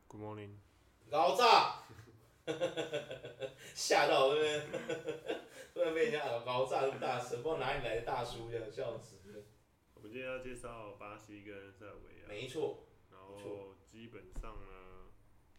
Good morning。 高炸，吓到对不对？突然被人家高炸那么大声，不知道哪里来的大叔，这样笑死了。 我们今天要介绍巴西跟塞尔维亚， 没错， 然后基本上呢，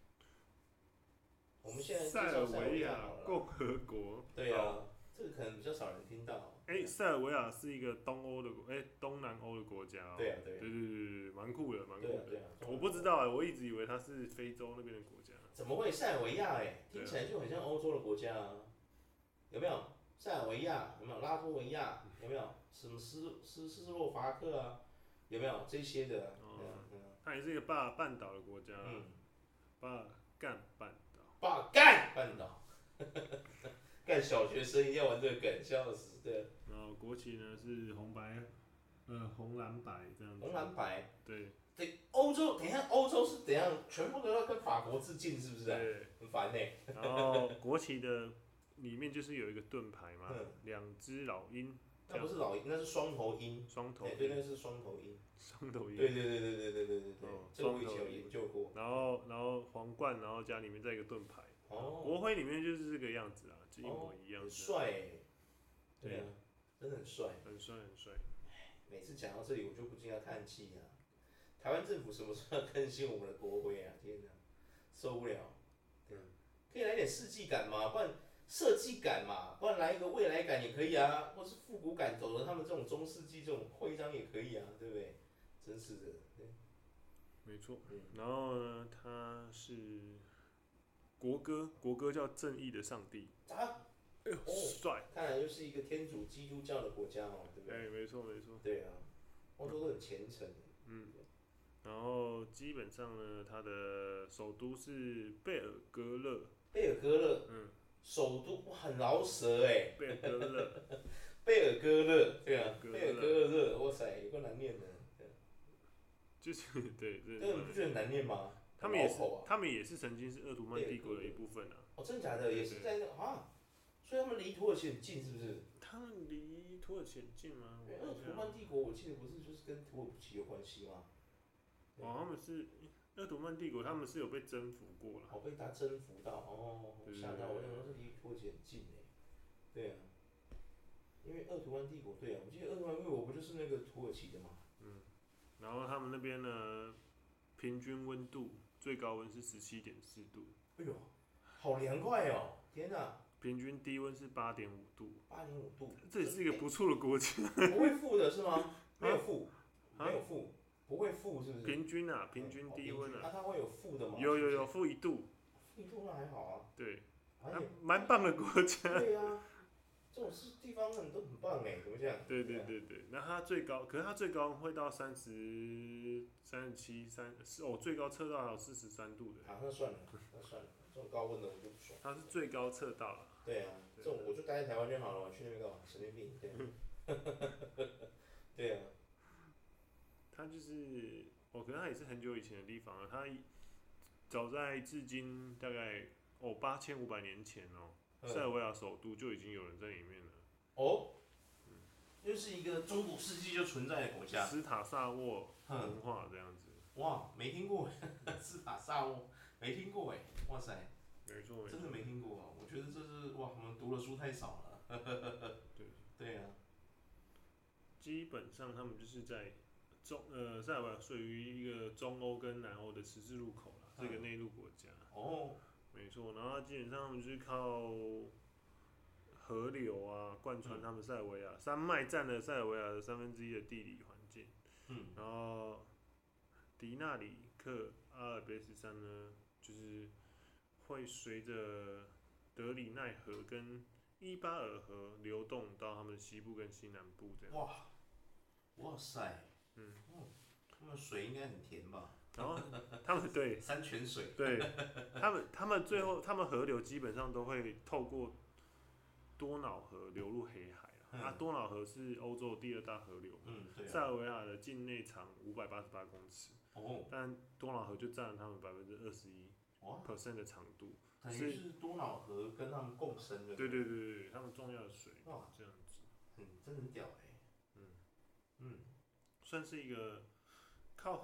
我们现在塞介绍塞尔尔维亚维亚好了共和国。 对啊，这个可能比较少人听到。 塞尔维亚是一个东南欧的国家哦。 对啊，对啊， 对，蛮酷的，蛮酷的。 对啊，对啊。 我不知道我一直以为它是非洲那边的国家。 怎么会塞尔维亚？听起来就很像欧洲的国家啊，有没有？塞尔维亚有没有？拉脱维亚有没有？什么斯洛伐克啊？有没有这些的？ 它也是一个半岛的国家。巴干半岛。 巴干半岛。干小学生一定要玩这个梗，笑死！对。 然后国旗呢是红蓝白这样子。 红蓝白。 对。 对，欧洲，等一下，欧洲是怎样？全部都要跟法国致敬，是不是、啊？ 对。 很烦呢、 然后国旗的里面就是有一个盾牌嘛，两只老鹰。 那不是老鹰，那是双头鹰。 双头鹰。 对，那是双头鹰。 双头鹰。 对。这个我以前有研究过。 然后皇冠，然后加里面再一个盾牌。国徽里面就是这个样子啊，就一模一样。 很帅对啊，真的很帅。 很帅。 每次讲到这里，我就不禁要叹气啊！台湾政府什么时候要更新我们的国徽啊？天哪，受不了！对，可以来点世纪感嘛，不然设计感嘛，不然来一个未来感也可以啊，或是复古感，走了他们这种中世纪这种徽章也可以啊，对不对？真是的，对。 没错。然后呢，它是国歌叫《正义的上帝》。 啊， 帅！ 看来又是一个天主基督教的国家哦，对不对？ 没错。 对啊，欧洲都很虔诚。 然后基本上呢，它的首都是贝尔格勒。 贝尔格勒。首都哇，很饶舌哎。 贝尔格勒。 贝尔格勒，对啊，贝尔格勒，哇塞，有个难念的。 就是对， 你不觉得很难念吗？ 他们也是曾经是鄂图曼帝国的一部分啊。 哦，真的假的？也是在那啊？所以他们离土耳其很近，是不是？ 他们离土耳其很近吗？ 鄂图曼帝国，我记得不是就是跟土耳其有关系吗？ 他们是鄂图曼帝国，他们是有被征服过了。 被他征服到吓到我，想说是离土耳其很近哎。对啊，因为鄂图曼帝国，对啊，我记得鄂图曼帝国不就是那个土耳其的吗？ 然后他们那边呢，平均温度最高温是17.4度。 哎呦，好凉快哦！天哪！ 平均低温是8.5度。 8.5度， 这也是一个不错的国家。 不会负的是吗？没有负，不会负是不是？ 平均低温啊。 它会有负的吗？ 有-1度。 负1度那还好啊。 对，蛮棒的国家。 对啊，这种地方都很棒哎，怎么讲？ 对。那它最高，可是它最高会到37、最高测到还有43度的。 那算了，这种高温的我就不爽。 它是最高测到了。 对啊，这种我就待在台湾就好了，我去那边干嘛？神经病，对。对啊。 它就是可能它也是很久以前的地方了。它早在至今大概8500年前塞尔维亚首都就已经有人在里面了。 又是一个中古世纪就存在的国家。 斯塔萨沃文化这样子。 哇，没听过斯塔萨沃，没听过哎，哇塞。 没错。 真的没听过啊！我觉得这是我们读的书太少了。对啊。 基本上他们就是在塞尔维亚属于一个中欧跟南欧的十字路口啦，是一个内陆国家。没错。然后基本上他们就是靠河流啊贯穿他们塞尔维亚，山脉占了塞尔维亚的1/3的地理环境。然后迪纳里克阿尔卑斯山呢，就是会随着德里奈河跟伊巴尔河流动到他们的西部跟西南部这样。 哇塞。他们水应该很甜吧？ 然后他们对山泉水。 对，他们最后他们河流基本上都会透过多瑙河流入黑海啦。多瑙河是欧洲第2大河流。塞尔维亚的境内长588公尺。但多瑙河就占了他们21%的长度。 等于是多瑙河跟他们共生的。 对，他们重要的水这样子。 真的很屌哎。 算是一个靠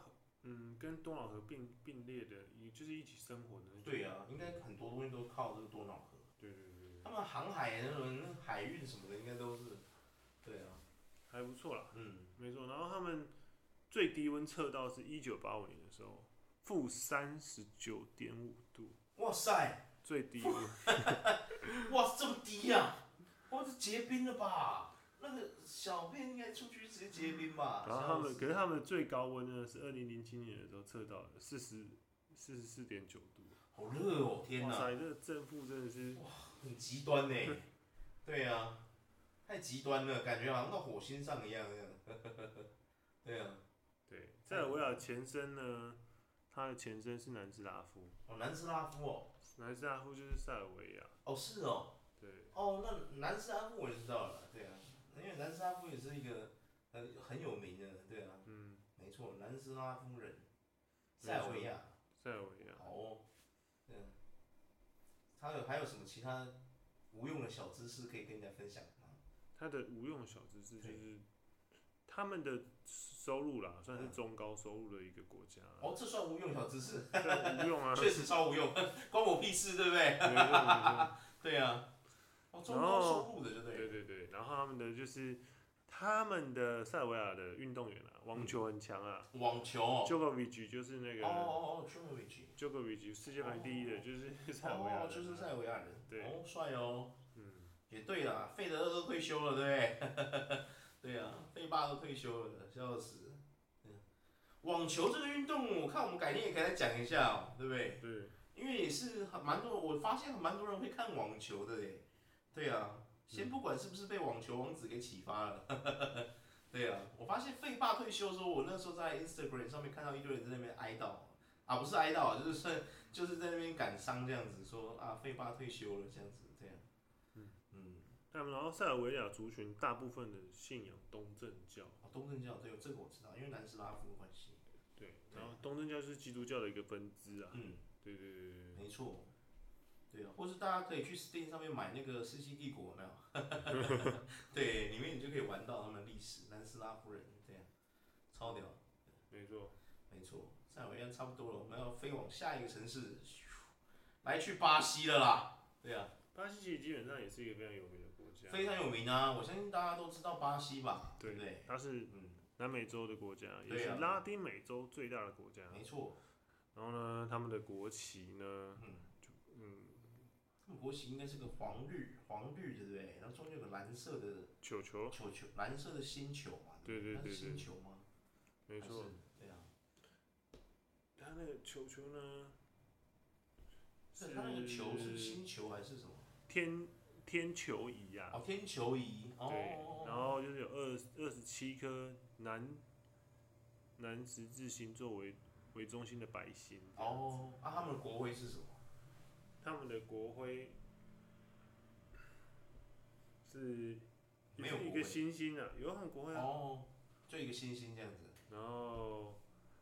跟多瑙河并列的，就是一起生活的那种。 对啊，应该很多东西都靠这个多瑙河。 对对对。 他们航海那种海运什么的，应该都是。对啊。 还不错啦。没错。然后他们最低温测到是1985年的时候，-39.5度。 哇塞！ 最低温。 哇，这么低呀！哇，这结冰了吧？那个小便应该出去直接结冰吧？ 然后可是他们最高温呢是2007年的时候测到了44.9度。 好热哦！天哪！ 哇塞，这个正负真的是哇，很极端呢。对啊，太极端了，感觉好像到火星上一样。对啊。 对，塞尔维亚前身呢，它的前身是南斯拉夫。 南斯拉夫哦。 南斯拉夫就是塞尔维亚。 哦，是哦。 对。 哦，那南斯拉夫我也知道了，对啊，因为南斯拉夫也是一个很有名的，对啊。没错，南斯拉夫人。塞尔维亚。 塞尔维亚。 好哦。对啊。还有什么其他无用的小知识可以跟大家分享吗？ 它的无用小知识就是他们的收入啦，算是中高收入的一个国家。 哦，这算无用小知识？ 无用啊。 确实超无用，关我屁事，对不对？对啊。哦，中高收入的就对。 对。然后他们的塞尔维亚的运动员啊，网球很强啊。 网球哦。 Djokovic 就是那个。 Djokovic 世界排第1的就是塞尔维亚人。 就是塞尔维亚人。 对。 哦，帅哦。也对啦，费德勒都退休了，对不对？对啊，费爸都退休了，笑死。网球这个运动，我看我们改天也可以来讲一下哦，对不对？ 对。 因为也是蛮多，我发现蛮多人会看网球的耶。对啊，先不管是不是被网球王子给启发了。对啊，我发现费爸退休的时候，我那时候在 Instagram 上面看到一堆人在那边哀悼，啊，不是哀悼，就是在那边感伤这样子，说啊费爸退休了这样子，这样。 然后塞尔维亚族群大部分的信仰东正教。 东正教，对，这个我知道，因为南斯拉夫的关系。 对。然后东正教是基督教的一个分支啊。对。 没错。对啊，或是大家可以去 Steam 上面买那个《世纪帝国》，有没有？对，里面你就可以玩到他们历史，南斯拉夫人，这样，超屌。 没错。 塞尔维亚差不多了，我们要飞往下一个城市，来去巴西了啦。对啊。 巴西其实基本上也是一个非常有名的国家。 非常有名啊，我相信大家都知道巴西吧？对不对？ 它是南美洲的国家，也是拉丁美洲最大的国家。 没错。 然后呢，他们的国旗呢， 他们国旗应该是个黄绿，对不对？然后中间有个蓝色的球， 蓝色的星球嘛。 对。 它是星球吗？ 没错。 对啊。 它那个球呢， 它那个球是星球还是什么？ 天球仪啊。 天球仪。 对。然后就是有27颗南十字星作为中心的白星。 他们的国徽是什么？ 他们的国徽是没有一个星星啊，有他们国徽啊。 就一个星星这样子。 然后，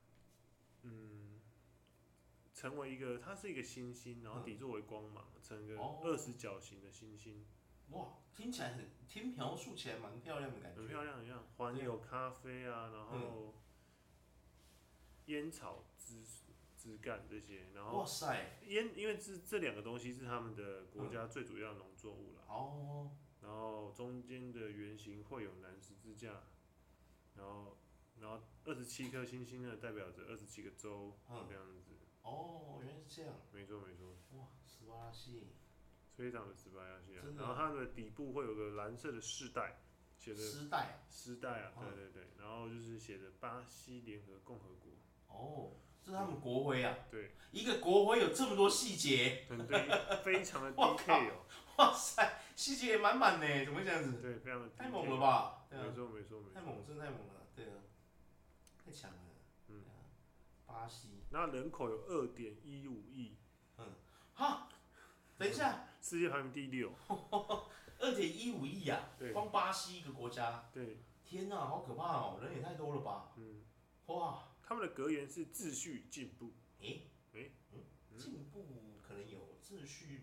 成为它是一个星星，然后底座为光芒，成个20角形的星星。 哇，听描述起来蛮漂亮的感觉。 很漂亮一样，环有咖啡啊，然后烟草枝干这些，然后哇塞， 因为这2个东西是他们的国家最主要的农作物啦。然后中间的圆形会有南十字架，然后27颗星星呢，代表着27个州，这样子。 原来是这样。 没错。 哇，斯巴拉西。 非常的斯巴拉西啊。然后它的底部会有个蓝色的丝带，写的丝带啊，对。然后就是写着巴西联合共和国。 这是他们国徽啊。 对。 一个国徽有这么多细节。 对，非常的 detail 哦。 哇塞，细节也满满呢，怎么会这样子？ 对，非常的 detail。 太猛了吧？ 没错。 太猛，真的太猛了，对啊，太强了。巴西。 那人口有2.15亿。 等一下。 世界排名第6。 2.15亿啊！光巴西一个国家。 对。 天哪，好可怕哦！人也太多了吧？哇。 他们的格言是秩序进步。 进步可能有秩序，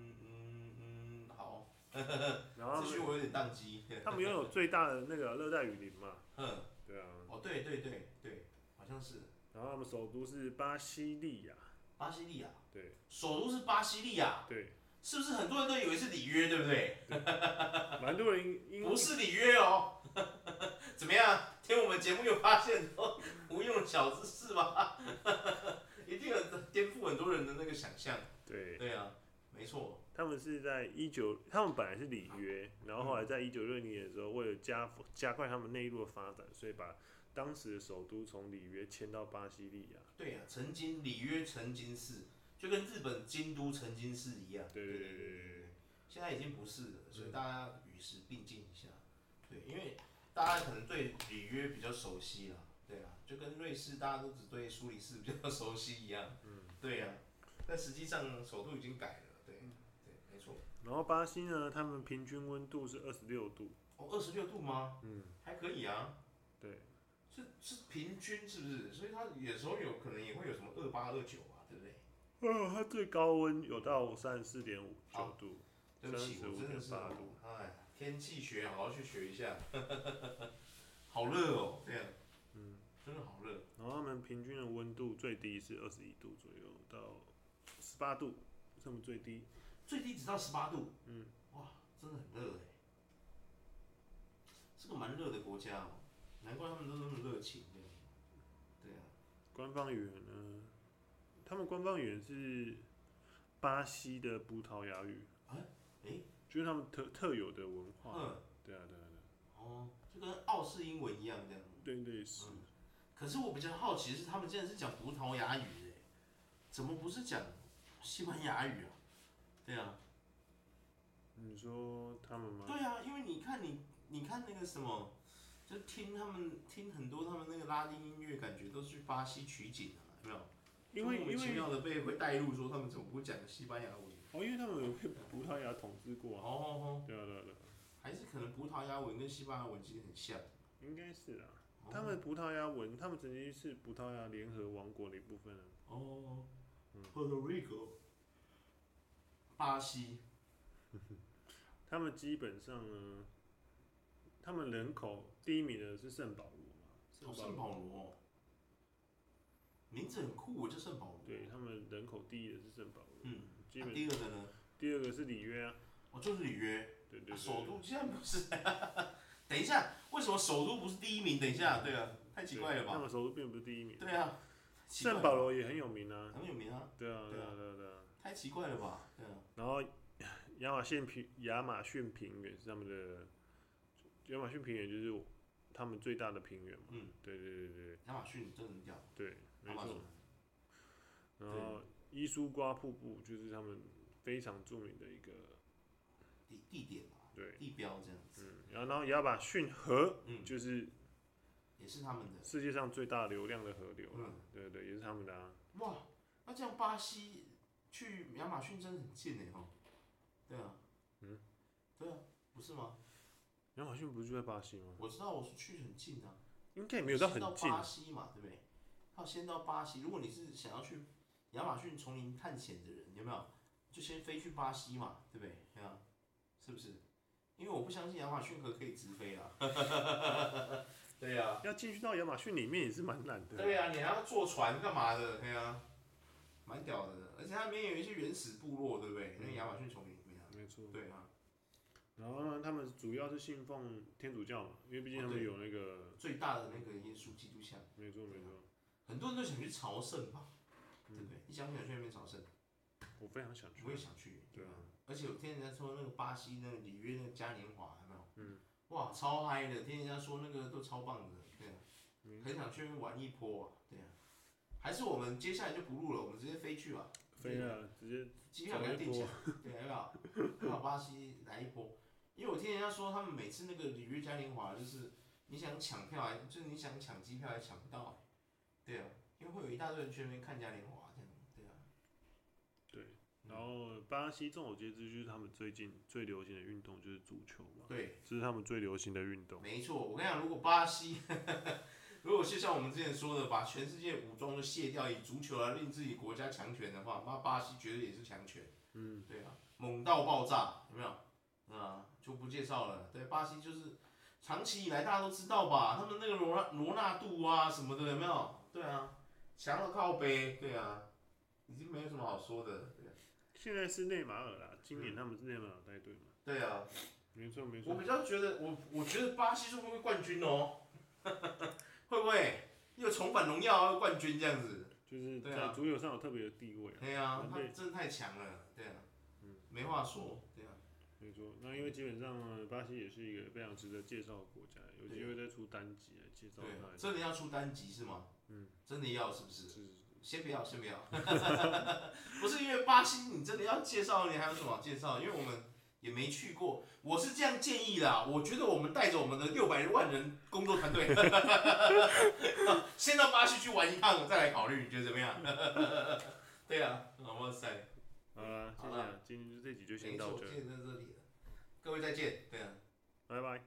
好。 然后秩序我有点宕机。 他们拥有最大的那个热带雨林嘛。 对啊。对，好像是。 然后他们首都是巴西利亚。 巴西利亚。 对。 首都是巴西利亚。 对。 是不是很多人都以为是里约，对不对？ 蛮多人不是里约哦。怎么样？听我们节目有发现无用的小知识吗？一定颠覆很多人的那个想象。 对。 对啊，没错。 他们是在他们本来是里约，然后后来在1960年的时候，为了加快他们内陆的发展，所以把当时的首都从里约迁到巴西利亚。 对啊，曾经里约曾经是，就跟日本京都曾经是一样。 对。 现在已经不是了，所以大家与时并进一下。对，因为大家可能对里约比较熟悉啦。对啊，就跟瑞士大家都只对苏黎世比较熟悉一样。对啊，但实际上首都已经改了。对，没错。 然后巴西呢，他们平均温度是26度。 哦，26度吗？还可以啊。 对。 是平均是不是？所以它有时候可能也会有什么28、29啊，对不对？ 它最高温有到34.59度。 对不起，我真的是哎，天气学好好去学一下。好热哦，对啊。真的好热。 然后他们平均的温度最低是21度左右到18度，他们最低。 最低只到18度。哇，真的很热哎。是个蛮热的国家哦，难怪他们都那么热情。对啊。 官方语言呢？他们官方语言是巴西的葡萄牙语。就是他们特有的文化。对啊。 哦，就跟澳式英文一样这样。 对是。 可是我比较好奇的是，他们竟然是讲葡萄牙语的，怎么不是讲西班牙语啊？对啊。 你说他们吗？ 对啊，因为你看那个什么，就听很多他们那个拉丁音乐，感觉都是去巴西取景啊，有没有？因为莫名其妙的会带入说他们怎么不讲西班牙文？ 因为他们有被葡萄牙统治过啊。对。 还是可能葡萄牙文跟西班牙文其实很像。 应该是啦。他们葡萄牙文，他们曾经是葡萄牙联合王国的一部分啊。 Puerto Rico。巴西。 他们基本上呢，他们人口第一名的是圣保罗嘛。 圣保罗。名字很酷，叫圣保罗。 对，他们人口第一的是圣保罗。 第二个呢？ 第二个是里约啊。 就是里约。 对。 首都竟然不是。等一下，为什么首都不是第一名？等一下，对啊，太奇怪了吧？ 他们首都并不是第一名。 对啊。 圣保罗也很有名啊。 很有名啊。 对啊。 太奇怪了吧？对啊。 然后亚马逊平原是他们的，亚马逊平原就是他们最大的平原嘛。对。 亚马逊真的很屌。 对，没错。然后伊苏瓜瀑布就是他们非常著名的一个地点嘛。 对。 地标这样子。 然后亚马逊河，就是也是他们的世界上最大流量的河流啦。对，也是他们的啊。 哇，那这样巴西去亚马逊真的很近哎。对啊。对啊，不是吗？ 亚马逊不是就在巴西吗？ 我知道，我是去很近啊。 应该也没有到很近。 先到巴西嘛，对不对？要先到巴西。如果你是想要去亚马逊丛林探险的人，有没有？就先飞去巴西嘛，对不对？对啊，是不是？因为我不相信亚马逊河可以直飞啊。对啊。 要进去到亚马逊里面也是蛮难的。 对啊，你还要坐船干嘛的？对啊，蛮屌的。而且它里面有一些原始部落，对不对？那亚马逊丛林里面。 没错。 对啊。 然后呢，他们主要是信奉天主教嘛，因为毕竟他们有那个最大的那个耶稣基督像。 没错。 很多人都想去朝圣吧，对不对？一想去那边朝圣。 我非常想去。 我也想去。 对啊。 而且我听人家说那个巴西那个里约那个嘉年华，有没有？哇，超嗨的！听人家说那个都超棒的，对啊。很想去那边玩一波啊，对啊。还是我们接下来就不录了，我们直接飞去吧。 飞啊，直接。 机票给他订起来，对，要不要？巴西来一波。因为我听人家说，他们每次那个里约嘉年华，就是你想抢票就是你想抢机票还抢不到，对啊，因为会有一大堆人去那边看嘉年华，这样，对啊。 对，然后巴西众所皆知，就是他们最近最流行的运动就是足球嘛。 对， 这是他们最流行的运动。 没错，我跟你讲，如果巴西，如果就像我们之前说的，把全世界武装都卸掉，以足球来令自己国家强权的话，那巴西绝对也是强权。对啊，猛到爆炸，有没有？就不介绍了。对，巴西就是长期以来大家都知道吧，他们那个罗纳度啊什么的，有没有？对啊， 强了靠背，对啊，已经没有什么好说的，对啊。 现在是内马尔啦，今年他们是内马尔带队嘛。 对啊， 没错没错。 我比较觉得，我觉得巴西会不会冠军哦？会不会又重返荣耀冠军这样子？ 就是在足球上有特别的地位。 对啊，他真的太强了，对啊，没话说，对啊。 没错，那因为基本上巴西也是一个非常值得介绍的国家，有机会再出单集来介绍它。 真的要出单集是吗？真的要是不是？ 是。 先不要，先不要。不是因为巴西，你真的要介绍，你还有什么好介绍？因为我们也没去过。我是这样建议啦，我觉得我们带着我们的600万人工作团队，先到巴西去玩一趟，再来考虑，你觉得怎么样？对啊，哇塞。 好啦，今天这集就先到这。 没错，今天在这里了。各位再见，对啊， 拜拜。